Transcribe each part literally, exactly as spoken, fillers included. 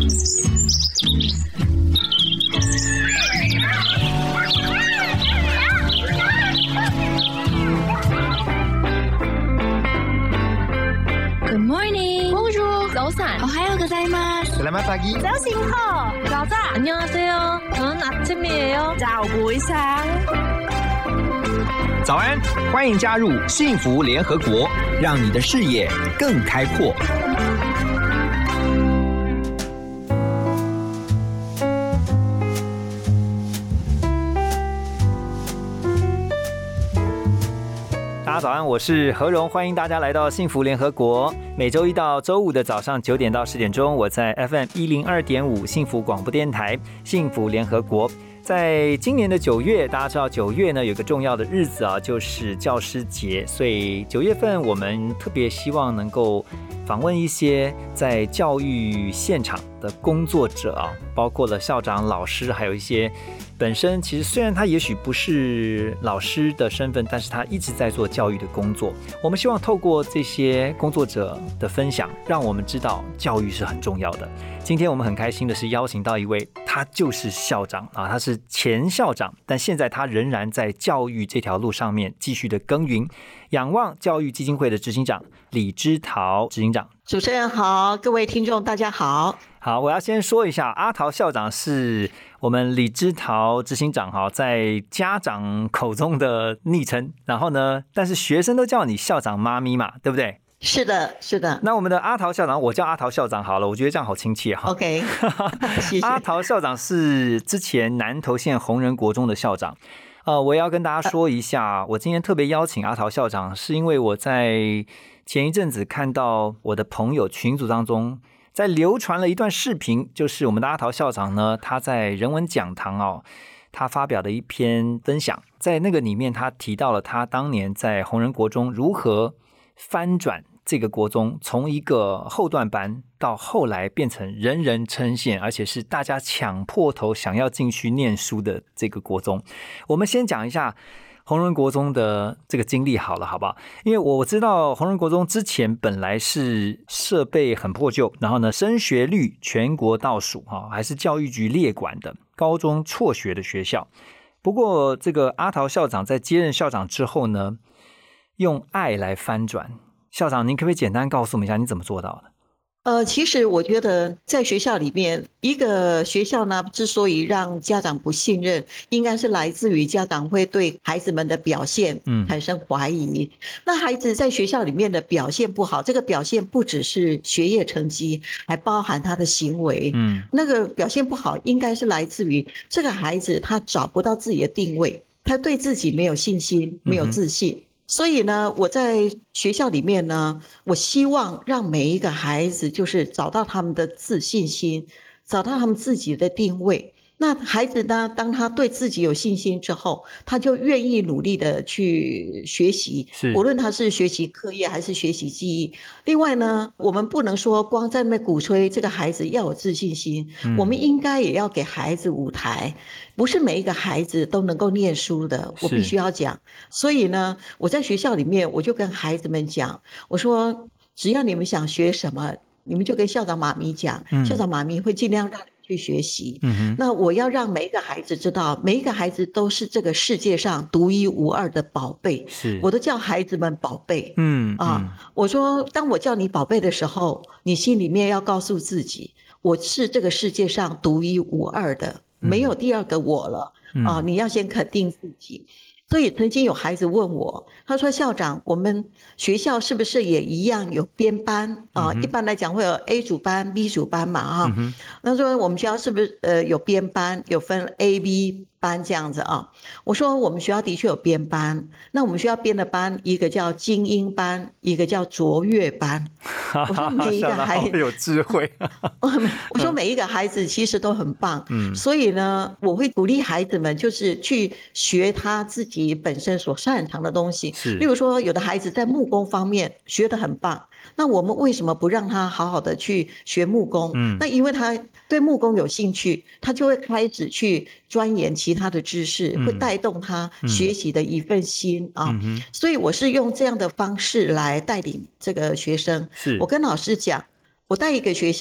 Good morning. Bonjour. 早安. 오하요 고자이마스. Selamat pagi. 早醒好.早安. 안녕하세요. 저는 아침이에요. 早不一상 早安，欢迎加入幸福联合国，让你的视野更开阔。大家早安，我是何荣，欢迎大家来到幸福联合国。每周一到周五的早上九点到十点钟，我在 F M 一零二点五幸福广播电台幸福联合国。在今年的九月，大家知道九月呢有个重要的日子啊，就是教师节，所以九月份我们特别希望能够访问一些在教育现场的工作者啊，包括了校长、老师，还有一些本身其实虽然他也许不是老师的身份，但是他一直在做教育的工作。我们希望透过这些工作者的分享，让我们知道教育是很重要的。今天我们很开心的是邀请到一位，他就是校长啊，他是前校长，但现在他仍然在教育这条路上面继续的耕耘。仰望教育基金会的执行长李之桃执行长。 主持人好，各位听众大家好。 好，我要先说一下，阿桃校长是我们李之桃执行长哈，在家长口中的昵称，然后呢，但是学生都叫你校长妈咪嘛，对不对？ 是的，是的。 那我们的阿桃校长，我叫阿桃校长好了，我觉得这样好亲切哈。 OK， 谢谢。 阿桃校长是之前南投县弘仁国中的校长。呃，我也要跟大家说一下，我今天特别邀请阿桃校长，是因为我在前一阵子看到我的朋友群组当中，在流传了一段视频，就是我们的阿桃校长呢，他在人文讲堂哦，他发表的一篇分享，在那个里面他提到了他当年在弘仁国中如何翻转这个国中，从一个后段班到后来变成人人称羡，而且是大家抢破头想要进去念书的这个国中。我们先讲一下弘仁国中的这个经历好了，好不好？因为我知道弘仁国中之前本来是设备很破旧，然后呢升学率全国倒数，还是教育局列管的高中辍学的学校。不过这个阿桃校长在接任校长之后呢，用爱来翻转。校长，您可不可以简单告诉我们一下你怎么做到的？ 呃，其实我觉得在学校里面，一个学校呢，之所以让家长不信任，应该是来自于家长会对孩子们的表现产生怀疑。嗯、那孩子在学校里面的表现不好，这个表现不只是学业成绩，还包含他的行为。嗯，那个表现不好，应该是来自于这个孩子他找不到自己的定位，他对自己没有信心，没有自信。嗯，所以呢，我在学校里面呢，我希望让每一个孩子就是找到他们的自信心，找到他们自己的定位。那孩子呢，当他对自己有信心之后，他就愿意努力的去学习，无论他是学习课业还是学习记忆。另外呢，我们不能说光在那边鼓吹这个孩子要有自信心，嗯、我们应该也要给孩子舞台。不是每一个孩子都能够念书的，我必须要讲。所以呢，我在学校里面，我就跟孩子们讲，我说只要你们想学什么，你们就跟校长妈咪讲，嗯、校长妈咪会尽量让你去学习。嗯、那我要让每一个孩子知道，每一个孩子都是这个世界上独一无二的宝贝。是，我都叫孩子们宝贝。嗯啊，嗯我说当我叫你宝贝的时候，你心里面要告诉自己，我是这个世界上独一无二的。没有第二个我了、嗯、啊！你要先肯定自己。所以曾经有孩子问我，他说校长，我们学校是不是也一样有编班啊？嗯、一般来讲会有 A 组班 B 组班嘛啊。嗯、那说我们学校是不是呃有编班，有分 A、B 班这样子啊？我说我们学校的确有编班，那我们学校编的班，一个叫精英班，一个叫卓越班。我说每一个孩子有智慧。 我说每一个孩子其实都很棒，嗯，所以呢，我会鼓励孩子们就是去学他自己本身所擅长的东西。例如说，有的孩子在木工方面学得很棒，那我们为什么不让他好好的去学木工？嗯，那因为他对木工有兴趣，他就会开始去钻研其他的知识，嗯、会带动他学习的一份心、嗯、啊。嗯、所以我是用这样的方式来带领这个学生。是我跟老师讲，我带一个学校，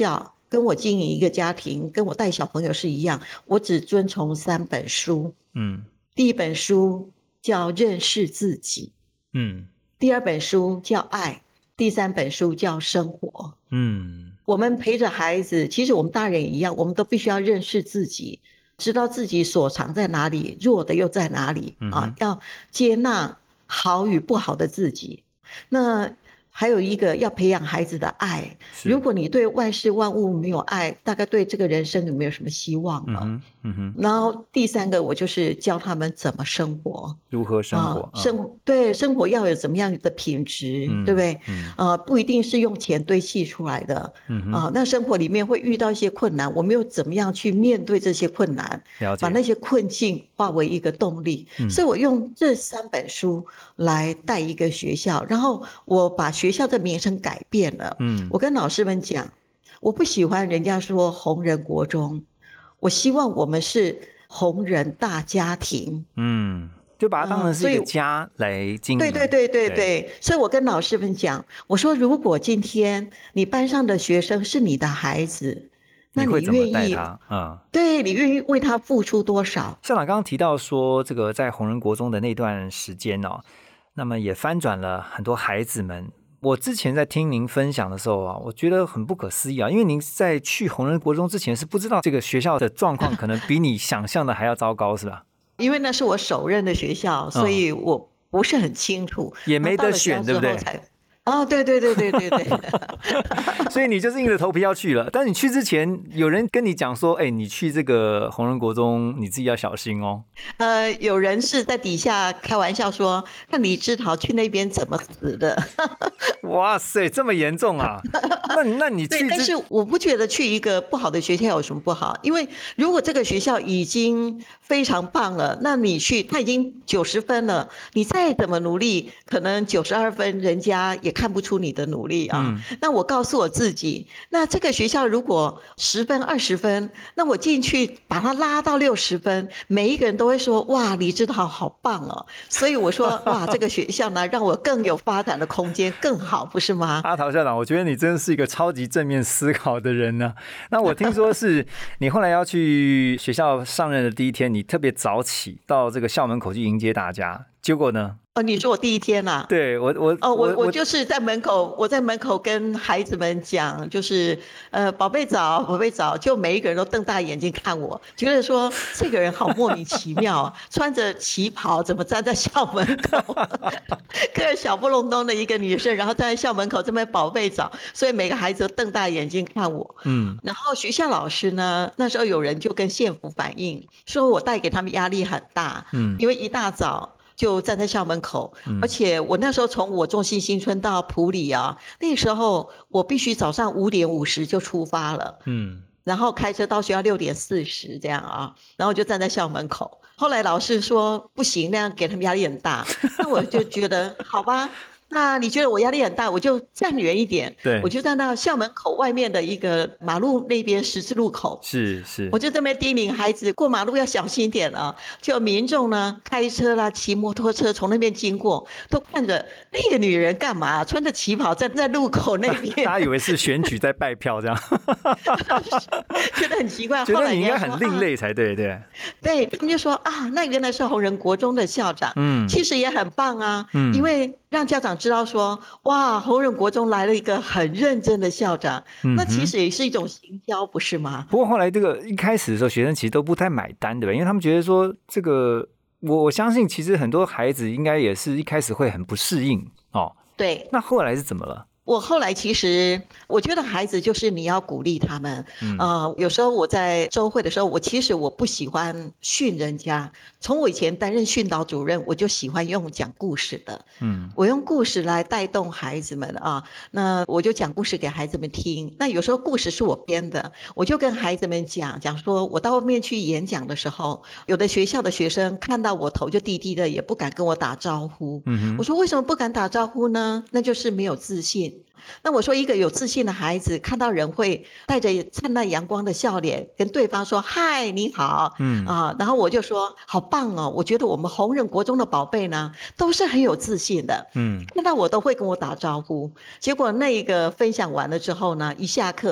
跟我经营一个家庭，跟我带小朋友是一样，我只遵从三本书。嗯，第一本书叫认识自己，嗯，第二本书叫爱，第三本书叫生活。嗯，我们陪着孩子，其实我们大人也一样，我们都必须要认识自己，知道自己所长在哪里，弱的又在哪里、嗯、啊，要接纳好与不好的自己。那还有一个要培养孩子的爱，如果你对万事万物没有爱，大概对这个人生有没有什么希望了、嗯嗯哼。然后第三个我就是教他们怎么生活， 如何生活、啊、 生活对生活要有怎么样的品质、嗯、对不对、嗯呃、不一定是用钱堆砌出来的、嗯呃、那生活里面会遇到一些困难，我们又怎么样去面对这些困难，把那些困境化为一个动力、嗯、所以我用这三本书来带一个学校，然后我把学校的名称改变了。嗯，我跟老师们讲，我不喜欢人家说弘仁国中，我希望我们是弘仁大家庭。 嗯，就把它当成是一个家来经营、嗯、 对对对对 对, 对，所以我跟老师们讲，我说如果今天你班上的学生是你的孩子，那你愿意他、嗯、对，你愿意为他付出多少？ 校长刚刚提到说这个在弘仁国中的那段时间哦，那么也翻转了很多孩子们。我之前在听您分享的时候啊，我觉得很不可思议啊，因为您在去弘仁国中之前是不知道这个学校的状况可能比你想象的还要糟糕，是吧？ 因为那是我首任的学校，所以我不是很清楚， 嗯、也没得选，对不对？ 哦，对对对对对对， 所以你就是硬着头皮要去了。但你去之前，有人跟你讲说：“哎、欸，你去这个弘仁国中，你自己要小心哦。” 呃，有人是在底下开玩笑说：“看李志豪去那边怎么死的？” 哇塞，这么严重啊！那那你去， 但是我不觉得去一个不好的学校有什么不好，因为如果这个学校已经非常棒了，那你去，他已经九十分了，你再怎么努力，可能九十二分，人家也看不出你的努力啊、嗯。那我告诉我自己，那这个学校如果十分、二十分，那我进去把它拉到六十分，每一个人都会说：“哇，李志豪好棒哦！”所以我说：“哇，这个学校呢，让我更有发展的空间，更好，不是吗？” 阿陶校长，我觉得你真的是一个超级正面思考的人呢、啊。那我听说是你后来要去学校上任的第一天，你特别早起到这个校门口去迎接大家，结果呢？ 哦，你说我第一天啊？ 对，我我哦，我我就是在门口，我在门口跟孩子们讲，就是呃，宝贝早，宝贝早，就每一个人都瞪大眼睛看我，觉得说这个人好莫名其妙，穿着旗袍怎么站在校门口，个小不隆咚的一个女生，然后站在校门口这边宝贝早，所以每个孩子都瞪大眼睛看我。嗯，然后学校老师呢，那时候有人就跟县府反映，说我带给他们压力很大，嗯，因为一大早就站在校门口、嗯、而且我那时候从我中心新村到埔里啊，那时候我必须早上五点五十就出发了，嗯，然后开车到学校六点四十这样啊，然后就站在校门口。后来老师说不行，那样给他们压力很大，那我就觉得好吧，那你觉得我压力很大，我就站远一点， 对， 我就站到校门口外面的一个马路那边十字路口， 是是， 我就这边叮咛孩子过马路要小心一点啊。就民众呢开车啦骑摩托车从那边经过，都看着那个女人干嘛，穿着旗袍站在路口那边， 大家以为是选举在拜票这样觉得很奇怪， 觉得你应该很另类才对，对对，他们就说啊，那原来是弘仁国中的校长，嗯，其实也很棒啊，嗯，因为让家长知道说，哇，弘仁国中来了一个很认真的校长、嗯、那其实也是一种行销，不是吗？ 不过后来这个一开始的时候，学生其实都不太买单，对吧？因为他们觉得说这个，我我相信其实很多孩子应该也是一开始会很不适应哦。 对， 那后来是怎么了？ 我后来其实我觉得孩子就是你要鼓励他们、嗯呃、有时候我在周会的时候，我其实我不喜欢训人家，从我以前担任训导主任，我就喜欢用讲故事的，嗯，我用故事来带动孩子们啊，那我就讲故事给孩子们听。那有时候故事是我编的，我就跟孩子们讲讲说，我到外面去演讲的时候，有的学校的学生看到我头就低低的，也不敢跟我打招呼，嗯，我说为什么不敢打招呼呢？那就是没有自信。那我说一个有自信的孩子看到人会带着灿烂阳光的笑脸跟对方说嗨你好，嗯啊，然后我就说好棒哦，我觉得我们弘仁国中的宝贝呢都是很有自信的，嗯，看到我都会跟我打招呼。结果那个分享完了之后呢，一下课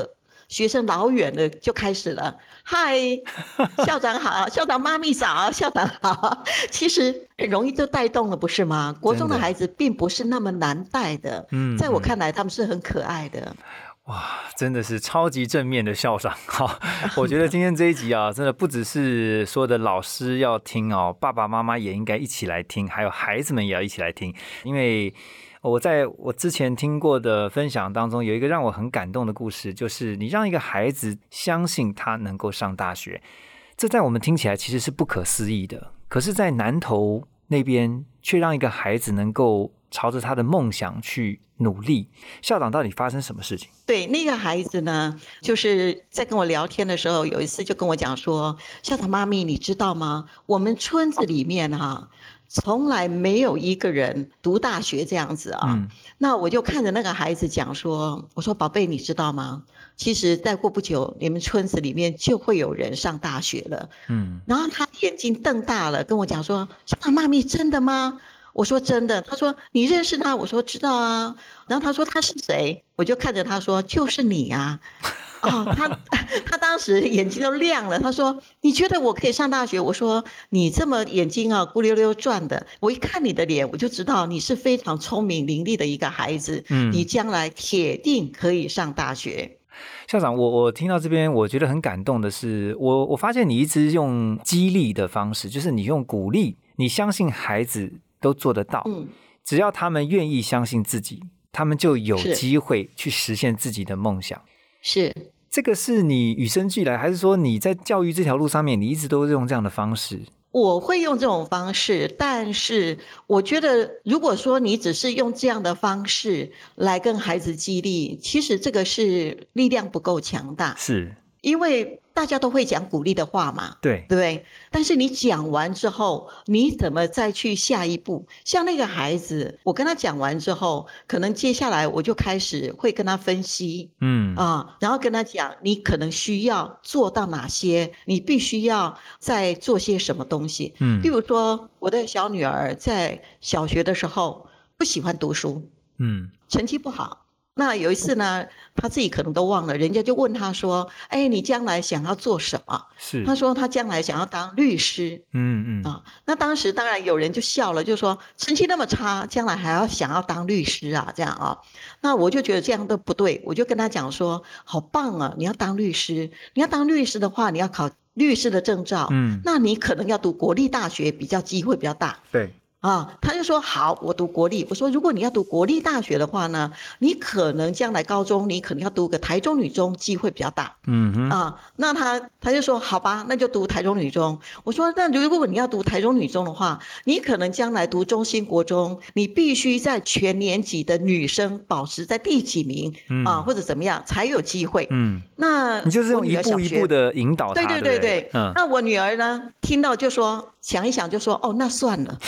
学生老远的就开始了，嗨，校长好，校长妈咪早，校长好。其实很容易就带动了，不是吗？国中的孩子并不是那么难带的，嗯，在我看来他们是很可爱的。 哇，真的是超级正面的校长。好，我觉得今天这一集啊，真的不只是所有的老师要听哦，爸爸妈妈也应该一起来听，还有孩子们也要一起来听。因为我在我之前听过的分享当中，有一个让我很感动的故事，就是你让一个孩子相信他能够上大学，这在我们听起来其实是不可思议的，可是在南投那边却让一个孩子能够朝着他的梦想去努力。校长到底发生什么事情？ 对，那个孩子呢，就是在跟我聊天的时候，有一次就跟我讲说，校长妈咪你知道吗，我们村子里面哈、啊，从来没有一个人读大学这样子啊、嗯、那我就看着那个孩子讲说，我说宝贝你知道吗，其实再过不久你们村子里面就会有人上大学了。嗯，然后他眼睛瞪大了跟我讲说，校长妈咪真的吗？我说真的。他说你认识他？我说知道啊。然后他说他是谁？我就看着他说就是你啊。哦，他他当时眼睛都亮了。他说你觉得我可以上大学？我说你这么眼睛啊咕溜溜转的，我一看你的脸我就知道你是非常聪明伶俐的一个孩子。嗯，你将来铁定可以上大学。 校长，我我听到这边，我觉得很感动的是，我我发现你一直用激励的方式，就是你用鼓励，你相信孩子都做得到，嗯，只要他们愿意相信自己，他们就有机会去实现自己的梦想。 是， 这个是你与生俱来，还是说你在教育这条路上面，你一直都是用这样的方式？ 我会用这种方式，但是我觉得如果说你只是用这样的方式来跟孩子激励，其实这个是力量不够强大。 是， 因为大家都会讲鼓励的话嘛， 对对不对？但是你讲完之后，你怎么再去下一步？像那个孩子，我跟他讲完之后，可能接下来我就开始会跟他分析，嗯啊，然后跟他讲，你可能需要做到哪些，你必须要再做些什么东西。嗯，比如说我的小女儿在小学的时候不喜欢读书，嗯，成绩不好。那有一次呢，他自己可能都忘了，人家就问他说，哎，你将来想要做什么？是，他说他将来想要当律师。嗯嗯啊，那当时当然有人就笑了，就说成绩那么差，将来还要想要当律师啊，这样啊。那我就觉得这样都不对，我就跟他讲说，好棒啊，你要当律师，你要当律师的话，你要考律师的证照，嗯，那你可能要读国立大学，比较机会比较大。 对。 啊，他就说好，我读国立。我说如果你要读国立大学的话呢，你可能将来高中你可能要读个台中女中，机会比较大。嗯哼啊，那他他就说好吧，那就读台中女中。我说那如果你要读台中女中的话，你可能将来读中兴国中，你必须在全年级的女生保持在第几名、嗯、啊，或者怎么样才有机会。嗯，那你就是用一步一步的引导他。 对对对对，对嗯，那我女儿呢，听到就说想一想就说哦，那算了。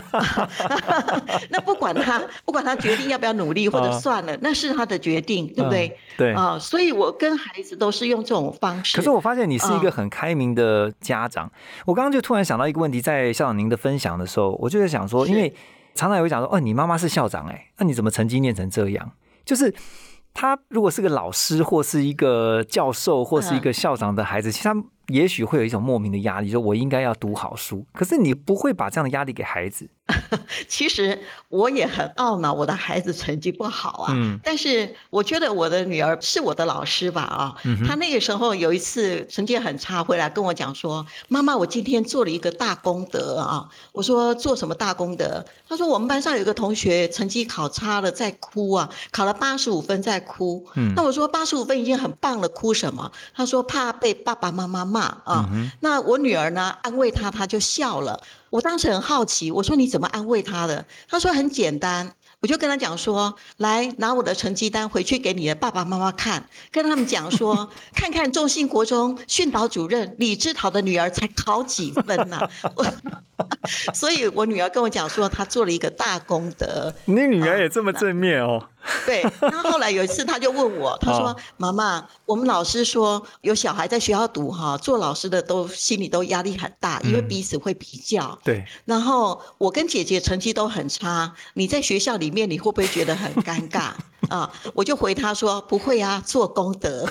那不管他不管他决定要不要努力或者算了、哦、那是他的决定，对不对、嗯、 对啊、呃，所以我跟孩子都是用这种方式。 可是我发现你是一个很开明的家长、嗯、我刚刚就突然想到一个问题，在校长您的分享的时候，我就在想说，因为常常也会讲说哦，你妈妈是校长哎、欸，那你怎么成绩念成这样？就是他如果是个老师或是一个教授或是一个校长的孩子、嗯、其实他也许会有一种莫名的压力，说我应该要读好书，可是你不会把这样的压力给孩子。 其实我也很懊恼我的孩子成绩不好啊、嗯、但是我觉得我的女儿是我的老师吧啊，嗯、她那个时候有一次成绩很差，回来跟我讲说，妈妈我今天做了一个大功德啊。我说做什么大功德？她说我们班上有一个同学成绩考差了在哭啊，考了八十五分在哭、嗯、那我说八十五分已经很棒了，哭什么？她说怕被爸爸妈妈骂啊、嗯、那我女儿呢安慰她，她就笑了。我当时很好奇，我说你怎么安慰他的？他说很简单，我就跟他讲说，来拿我的成绩单回去给你的爸爸妈妈看，跟他们讲说，看看中兴国中训导主任李志陶的女儿才考几分啊。我所以我女儿跟我讲说，她做了一个大功德。 你女儿也这么正面哦？ 对。那后来有一次，她就问我，她说：“妈妈，我们老师说有小孩在学校读哈，做老师的都心里都压力很大，因为彼此会比较。嗯、 对。 然后我跟姐姐成绩都很差，你在学校里面你会不会觉得很尴尬？”啊，我就回她说：“不会啊，做功德。”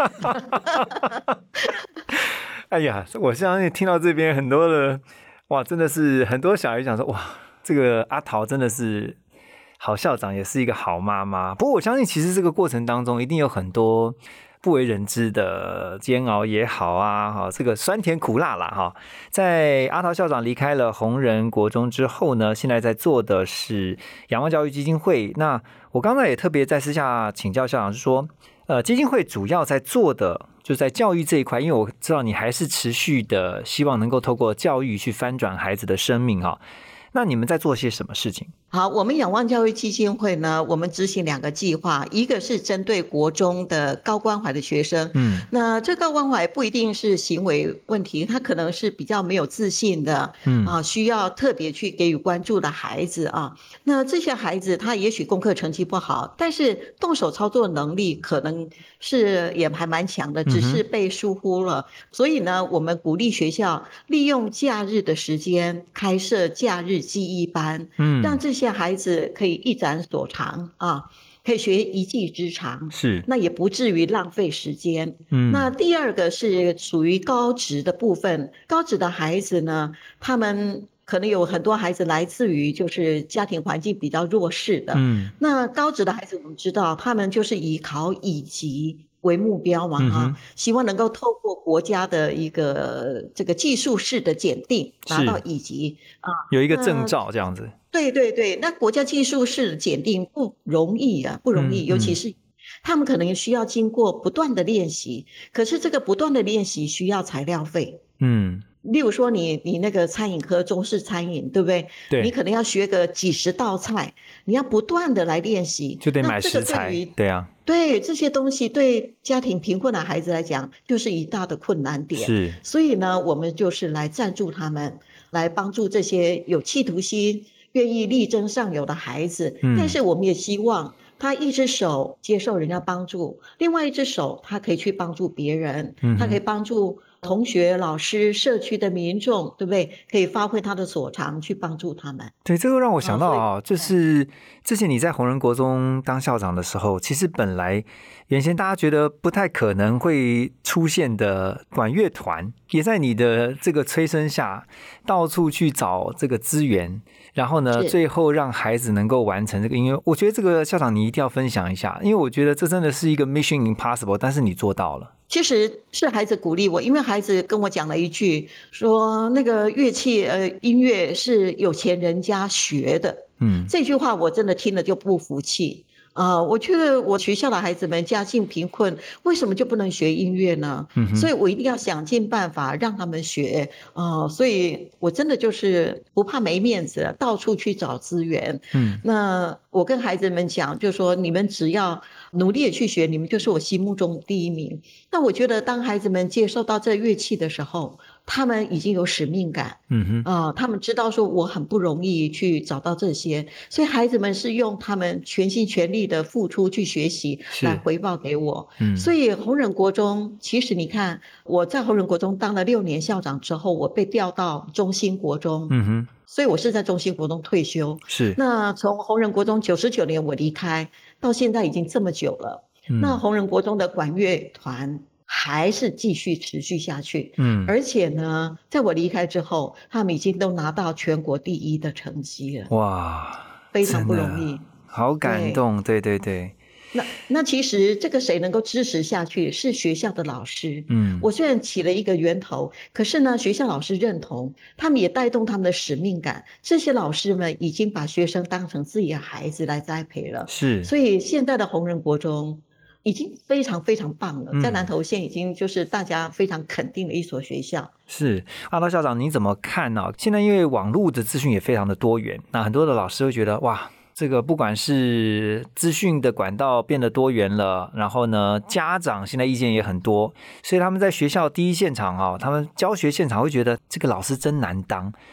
哎呀，我相信听到这边很多的。哇，真的是很多小孩讲说，哇，这个阿桃真的是好校长，也是一个好妈妈。不过我相信，其实这个过程当中一定有很多不为人知的煎熬也好啊，哈，这个酸甜苦辣啦，哈。在阿桃校长离开了弘仁国中之后呢，现在在做的是仰望教育基金会。那我刚才也特别在私下请教校长，是说，呃，基金会主要在做的。就在教育这一块，因为我知道你还是持续的希望能够透过教育去翻转孩子的生命哈。那你们在做些什么事情？ 好，我们仰望教育基金会呢，我们执行两个计划，一个是针对国中的高关怀的学生，嗯，那这高关怀不一定是行为问题，他可能是比较没有自信的，嗯啊，需要特别去给予关注的孩子啊。那这些孩子他也许功课成绩不好，但是动手操作能力可能是也还蛮强的，只是被疏忽了。嗯、所以呢，我们鼓励学校利用假日的时间开设假日记忆班，嗯，让这些孩子可以一展所长啊，可以学一技之长， 是， 那也不至于浪费时间。嗯，那第二个是属于高职的部分，高职的孩子呢，他们可能有很多孩子来自于就是家庭环境比较弱势的，嗯，那高职的孩子我们知道，他们就是以考乙级为目标嘛，哈、嗯，希望能够透过国家的一个这个技术式的检定拿到乙级啊， 有一个证照这样子。 对对对，那国家技术式的检定不容易啊，不容易，嗯、尤其是他们可能需要经过不断的练习，可是这个不断的练习需要材料费，嗯。例如说你你那个餐饮科中式餐饮对不对？ 对， 你可能要学个几十道菜，你要不断的来练习， 就得买食材。对啊， 对这些东西对家庭贫困的孩子来讲就是一大的困难点。 是， 所以呢，我们就是来赞助他们，来帮助这些有企图心、愿意力争上游的孩子。嗯，但是我们也希望他一只手接受人家帮助，另外一只手他可以去帮助别人，嗯、他可以帮助同学、老师、社区的民众，对不对？可以发挥他的所长去帮助他们。 对，这个让我想到啊，就是之前你在弘仁国中当校长的时候，其实本来原先大家觉得不太可能会出现的管乐团，也在你的这个催生下，到处去找这个资源，然后呢，最后让孩子能够完成这个音乐。我觉得这个校长你一定要分享一下，因为我觉得这真的是一个 mission impossible， 但是你做到了。 其实是孩子鼓励我，因为孩子跟我讲了一句，说那个乐器呃音乐是有钱人家学的，嗯，这句话我真的听了就不服气。呃，我觉得我学校的孩子们家境贫困，为什么就不能学音乐呢？嗯，所以我一定要想尽办法让他们学。呃，所以我真的就是不怕没面子，到处去找资源。嗯，那我跟孩子们讲，就说你们只要努力的去学，你们就是我心目中第一名。那我觉得当孩子们接受到这乐器的时候，他们已经有使命感，嗯哼，啊、呃，他们知道说我很不容易去找到这些，所以孩子们是用他们全心全力的付出去学习来回报给我。嗯，所以弘仁国中，其实你看我在弘仁国中当了六年校长之后，我被调到中兴国中，嗯哼，所以我是在中兴国中退休。 是， 那从弘仁国中九十九年我离开，到现在已经这么久了。嗯、那弘仁国中的管乐团还是继续持续下去，嗯，而且呢，在我离开之后，他们已经都拿到全国第一的成绩了， 哇， 非常不容易， 好感动，对对对。 那那其实这个谁能够支持下去是学校的老师，嗯，我虽然起了一个源头，可是呢，学校老师认同，他们也带动他们的使命感，这些老师们已经把学生当成自己的孩子来栽培了， 是， 所以现在的弘仁国中已经非常非常棒了，在南投县已经就是大家非常肯定的一所学校。 是，阿桃校长你怎么看呢、啊？现在因为网络的资讯也非常的多元，那很多的老师会觉得哇，这个不管是资讯的管道变得多元了，然后呢，家长现在意见也很多，所以他们在学校第一现场啊，他们教学现场会觉得这个老师真难当。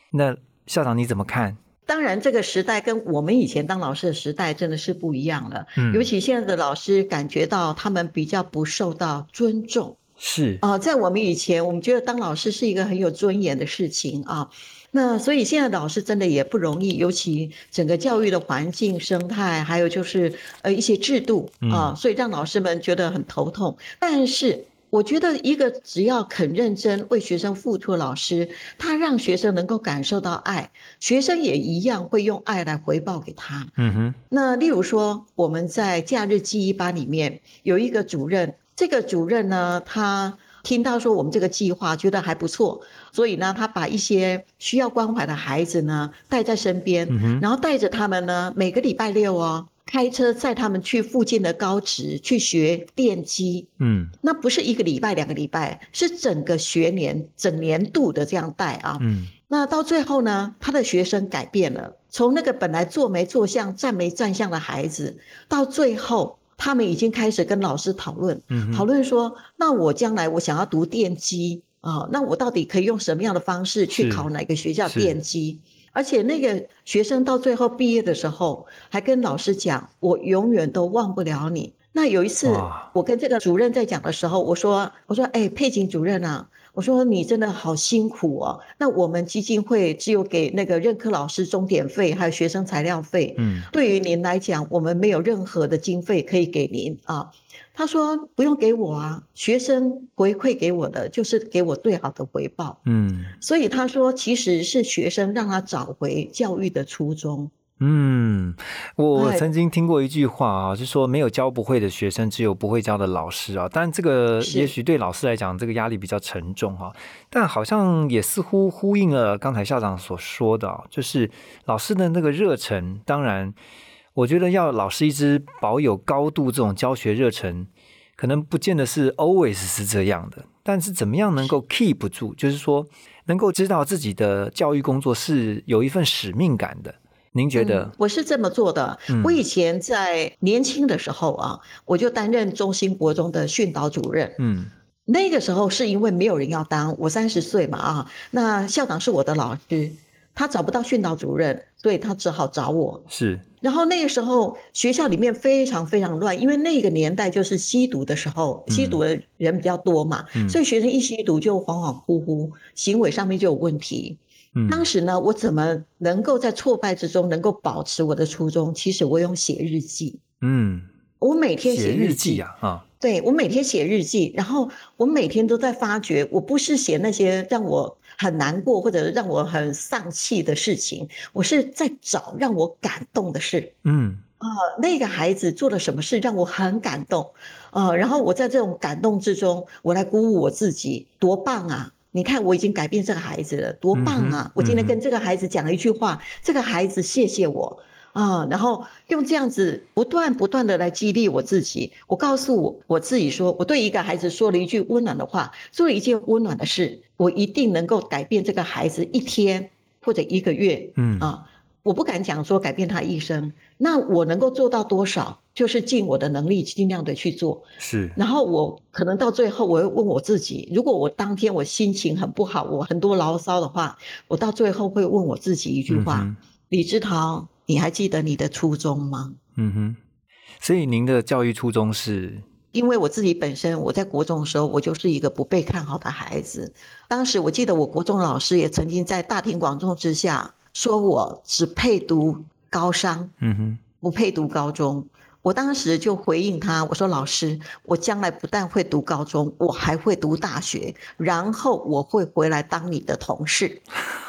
那校长你怎么看？ 当然这个时代跟我们以前当老师的时代真的是不一样了，嗯，尤其现在的老师感觉到他们比较不受到尊重。 是啊、呃，在我们以前我们觉得当老师是一个很有尊严的事情啊，那所以现在的老师真的也不容易，尤其整个教育的环境生态还有就是呃一些制度啊、嗯，所以让老师们觉得很头痛。但是我觉得一个只要肯认真为学生付出的老师，他让学生能够感受到爱，学生也一样会用爱来回报给他。 嗯哼。 那例如说我们在假日记忆班里面有一个主任，这个主任呢，他听到说我们这个计划觉得还不错，所以呢他把一些需要关怀的孩子呢带在身边、嗯、然后带着他们呢每个礼拜六哦开车载他们去附近的高职去学电机。嗯，那不是一个礼拜两个礼拜，是整个学年整年度的这样带啊。嗯，那到最后呢他的学生改变了，从那个本来坐没坐相站没站相的孩子，到最后他们已经开始跟老师讨论、嗯、讨论说那我将来我想要读电机啊、呃，那我到底可以用什么样的方式去考哪个学校电机？而且那个学生到最后毕业的时候还跟老师讲，我永远都忘不了你。那有一次我跟这个主任在讲的时候，我说我说哎，佩锦主任啊，我说你真的好辛苦哦，那我们基金会只有给那个任课老师钟点费还有学生材料费，嗯，对于您来讲我们没有任何的经费可以给您啊。他说不用给我啊，学生回馈给我的就是给我最好的回报。嗯，所以他说其实是学生让他找回教育的初衷。 嗯，我曾经听过一句话啊，是说没有教不会的学生，只有不会教的老师啊。但这个也许对老师来讲，这个压力比较沉重啊。但好像也似乎呼应了刚才校长所说的啊，就是老师的那个热忱。当然，我觉得要老师一直保有高度这种教学热忱，可能不见得是 always 是这样的。但是怎么样能够 keep 住，就是说能够知道自己的教育工作是有一份使命感的。您觉得、嗯、 我是这么做的、嗯、我以前在年轻的时候啊，我就担任中兴国中的训导主任。嗯，那个时候是因为没有人要当，我三十岁嘛啊，那校长是我的老师，他找不到训导主任，所以他只好找我。 是， 然后那个时候学校里面非常非常乱，因为那个年代就是吸毒的时候、嗯、吸毒的人比较多嘛、嗯、所以学生一吸毒就恍恍惚惚，行为上面就有问题。嗯、当时呢我怎么能够在挫败之中能够保持我的初衷，其实我用写日记。嗯，我每天写日记, 写日记啊, 啊对，我每天写日记，然后我每天都在发觉，我不是写那些让我很难过或者让我很丧气的事情，我是在找让我感动的事。嗯啊、呃，那个孩子做了什么事让我很感动，呃，然后我在这种感动之中，我来鼓舞我自己，多棒啊！你看我已经改变这个孩子了，多棒啊、嗯、我今天跟这个孩子讲了一句话、嗯、这个孩子谢谢我啊、然后用这样子不断不断的来激励我自己。我告诉我我自己说，我对一个孩子说了一句温暖的话，做了一件温暖的事，我一定能够改变这个孩子一天或者一个月。嗯啊，我不敢讲说改变他一生，那我能够做到多少，就是尽我的能力尽量的去做。 是， 然后我可能到最后我会问我自己，如果我当天我心情很不好，我很多牢骚的话，我到最后会问我自己一句话、嗯、李之桃，你还记得你的初衷吗？ 嗯哼，所以您的教育初衷是？ 因为我自己本身我在国中的时候我就是一个不被看好的孩子，当时我记得我国中的老师也曾经在大庭广众之下说我只配读高商，嗯哼，不配读高中。我当时就回应他，我说老师，我将来不但会读高中，我还会读大学，然后我会回来当你的同事。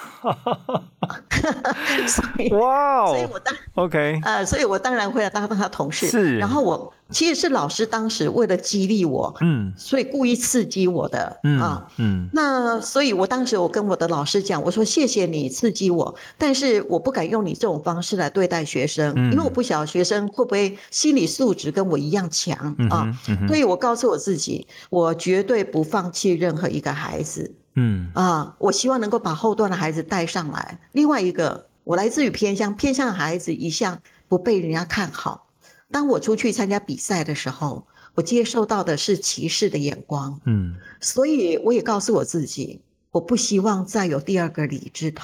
所以哇、wow, 所以我当 OK 呃，所以我当然会来当他同事。 是， 然后我其实是老师当时为了激励我，嗯，所以故意刺激我的，嗯啊，嗯。那所以我当时我跟我的老师讲，我说谢谢你刺激我，但是我不敢用你这种方式来对待学生，嗯、因为我不晓得学生会不会心理素质跟我一样强、嗯、啊、嗯。所以我告诉我自己，我绝对不放弃任何一个孩子。嗯啊，我希望能够把后段的孩子带上来。另外一个，我来自于偏乡，偏乡的孩子一向不被人家看好。当我出去参加比赛的时候，我接受到的是歧视的眼光。嗯，所以我也告诉我自己，我不希望再有第二个李之桃。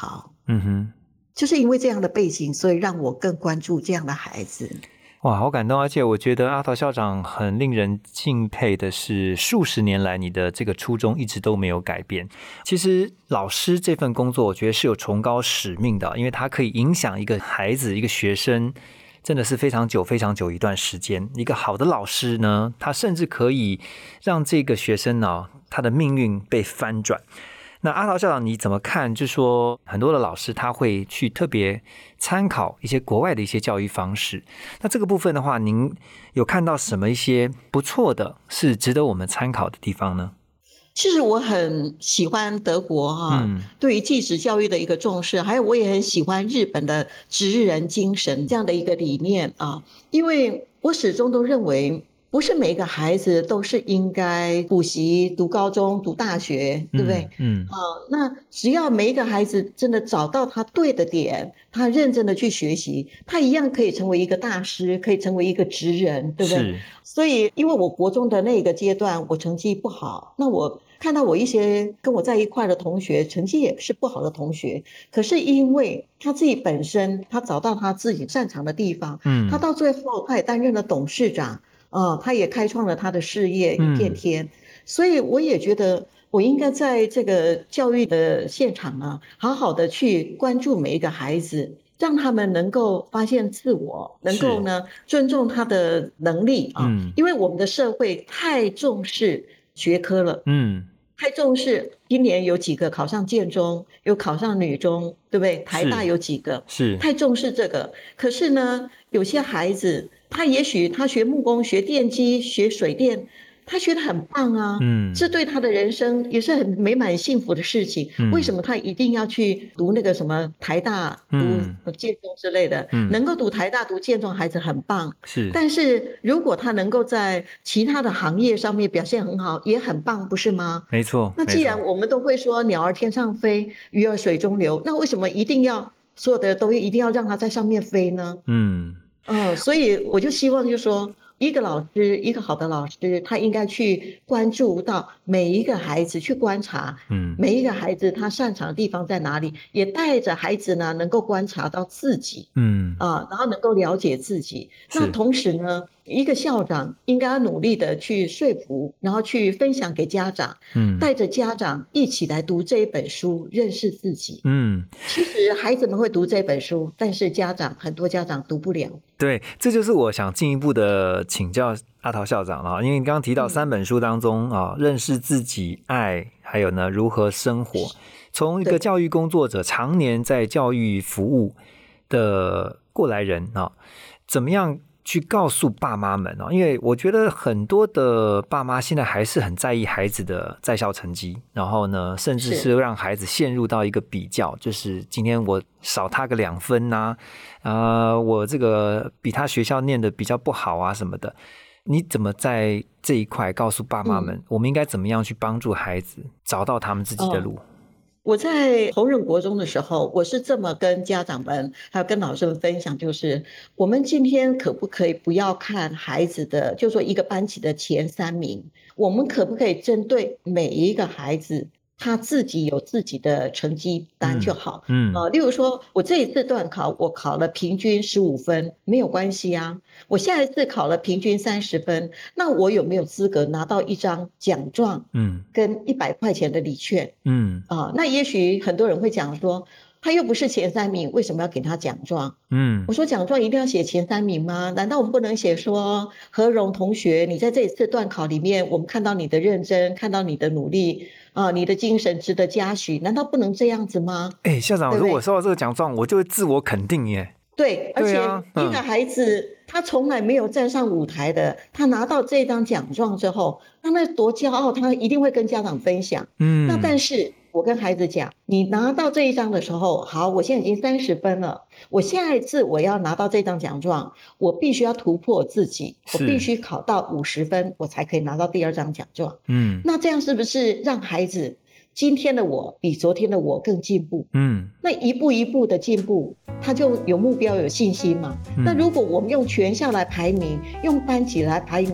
嗯哼， 就是因为这样的背景，所以让我更关注这样的孩子。 哇，好感动！而且我觉得阿桃校长很令人敬佩的是，数十年来你的这个初衷一直都没有改变。其实老师这份工作，我觉得是有崇高使命的，因为它可以影响一个孩子、一个学生，真的是非常久、非常久一段时间。一个好的老师呢，他甚至可以让这个学生呢，他的命运被翻转。那阿桃校长你怎么看？就是说很多的老师他会去特别参考一些国外的一些教育方式，那这个部分的话，您有看到什么一些不错的是值得我们参考的地方呢？ 其实我很喜欢德国哈、啊嗯，对于继职教育的一个重视，还有我也很喜欢日本的职人精神这样的一个理念啊，因为我始终都认为不是每个孩子都是应该补习、读高中、读大学，对不对？嗯，啊，那只要每一个孩子真的找到他对的点，他认真的去学习，他一样可以成为一个大师，可以成为一个职人，对不对？所以，因为我国中的那个阶段，我成绩不好，那我看到我一些跟我在一块的同学，成绩也是不好的同学，可是因为他自己本身，他找到他自己擅长的地方，嗯，他到最后他也担任了董事长。呃，他也开创了他的事业一片天、嗯、所以我也觉得我应该在这个教育的现场啊，好好的去关注每一个孩子，让他们能够发现自我，能够呢尊重他的能力啊、嗯，因为我们的社会太重视学科了，嗯，太重视，今年有几个考上建中，有考上女中，对不对？台大有几个，是太重视这个。可是呢，有些孩子他也许他学木工、学电机、学水电，他学得很棒啊，嗯，这对他的人生也是很美满幸福的事情、嗯、为什么他一定要去读那个什么台大、嗯、读建中之类的、嗯、能够读台大读建中孩子很棒，是，但是如果他能够在其他的行业上面表现很好也很棒，不是吗？没错。那既然我们都会说鸟儿天上飞，鱼儿水中流，那为什么一定要所有的都一定要让它在上面飞呢？嗯嗯，所以我就希望就是说一个老师，一个好的老师，他应该去关注到每一个孩子，去观察，嗯，每一个孩子他擅长的地方在哪里，也带着孩子呢，能够观察到自己，嗯啊，然后能够了解自己。那同时呢，一个校长应该要努力的去说服，然后去分享给家长，嗯，带着家长一起来读这一本书，认识自己。嗯，其实孩子们会读这本书，但是家长很多家长读不了。 对，这就是我想进一步的请教阿桃校长了，因为你刚刚提到三本书当中啊、嗯，认识自己、爱，还有呢如何生活。从一个教育工作者常年在教育服务的过来人啊，怎么样去告诉爸妈们啊？因为我觉得很多的爸妈现在还是很在意孩子的在校成绩，然后呢，甚至是让孩子陷入到一个比较，就是今天我少他个两分啊，呃，我这个比他学校念的比较不好啊什么的。你怎么在这一块告诉爸妈们、嗯、我们应该怎么样去帮助孩子找到他们自己的路？哦， 我在弘仁国中的时候，我是这么跟家长们还有跟老师们分享，就是我们今天可不可以不要看孩子的，就说一个班级的前三名，我们可不可以针对每一个孩子他自己有自己的成绩单就好，嗯，嗯呃，例如说我这一次段考我考了平均十五分没有关系啊，我下一次考了平均三十分，那我有没有资格拿到一张奖状，嗯，跟一百块钱的礼券，嗯啊、呃，那也许很多人会讲说，他又不是前三名，为什么要给他奖状？嗯，我说奖状一定要写前三名吗？难道我们不能写说何荣同学，你在这一次段考里面，我们看到你的认真，看到你的努力。啊，你的精神值得嘉许，难道不能这样子吗？ 哎、欸，校长，如果我收到这个奖状，我就会自我肯定耶。 对，而且一个孩子、嗯、他从来没有站上舞台的，他拿到这张奖状之后，他那多骄傲，他一定会跟家长分享。嗯，那但是我跟孩子讲，你拿到这一张的时候，好，我现在已经三十分了，我下一次我要拿到这张奖状，我必须要突破自己，我必须考到五十分，我才可以拿到第二张奖状。嗯，那这样是不是让孩子今天的我比昨天的我更进步？嗯，那一步一步的进步，他就有目标有信心嘛。嗯，那如果我们用全校来排名，用班级来排名，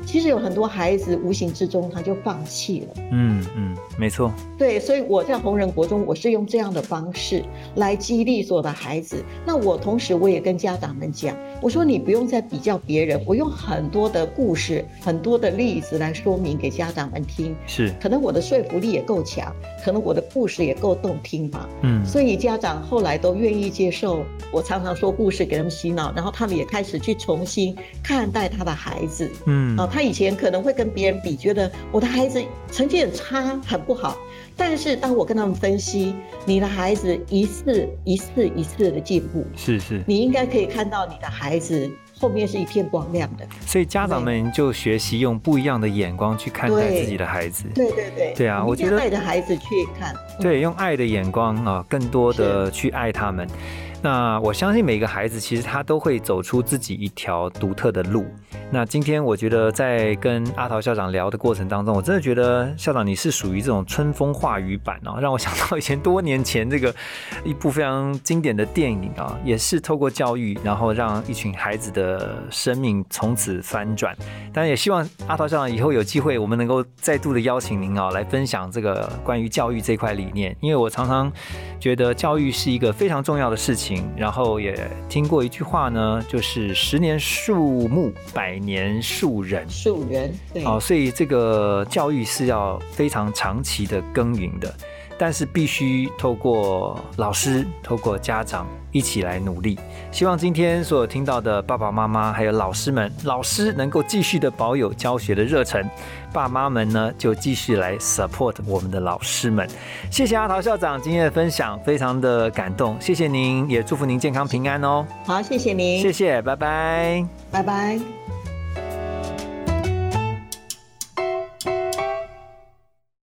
其实有很多孩子无形之中他就放弃了。 嗯嗯，没错。 对，所以我在弘仁国中，我是用这样的方式来激励所有的孩子。那我同时我也跟家长们讲，我说你不用再比较别人，我用很多的故事、很多的例子来说明给家长们听。 是， 可能我的说服力也够强，可能我的故事也够动听吧。 嗯， 所以家长后来都愿意接受我常常说故事给他们洗脑，然后他们也开始去重新看待他的孩子。嗯，啊，他以前可能会跟别人比，觉得我的孩子成绩很差，很不好。但是当我跟他们分析，你的孩子一次一次一次的进步， 是是， 你应该可以看到你的孩子后面是一片光亮的。 所以家长们就学习用不一样的眼光去看待自己的孩子。 对对对， 对啊，我觉得带着孩子去看， 对，用爱的眼光啊，更多的去爱他们。那我相信每个孩子其实他都会走出自己一条独特的路。那今天我觉得在跟阿陶校长聊的过程当中，我真的觉得校长你是属于这种春风化雨版啊，让我想到以前多年前这个一部非常经典的电影啊，也是透过教育，然后让一群孩子的生命从此翻转。当然也希望阿陶校长以后有机会，我们能够再度的邀请您啊，来分享这个关于教育这块理念，因为我常常觉得教育是一个非常重要的事情。然后也听过一句话呢，就是十年树木，百年树人。 树人，对。 哦，所以这个教育是要非常长期的耕耘的，但是必须透过老师、透过家长一起来努力。希望今天所有听到的爸爸妈妈还有老师们，老师能够继续的保有教学的热忱，爸妈们呢就继续来 support 我们的老师们。谢谢阿陶校长今天的分享，非常的感动，谢谢您，也祝福您健康平安哦。 好，谢谢您， 谢谢，拜拜， 拜拜。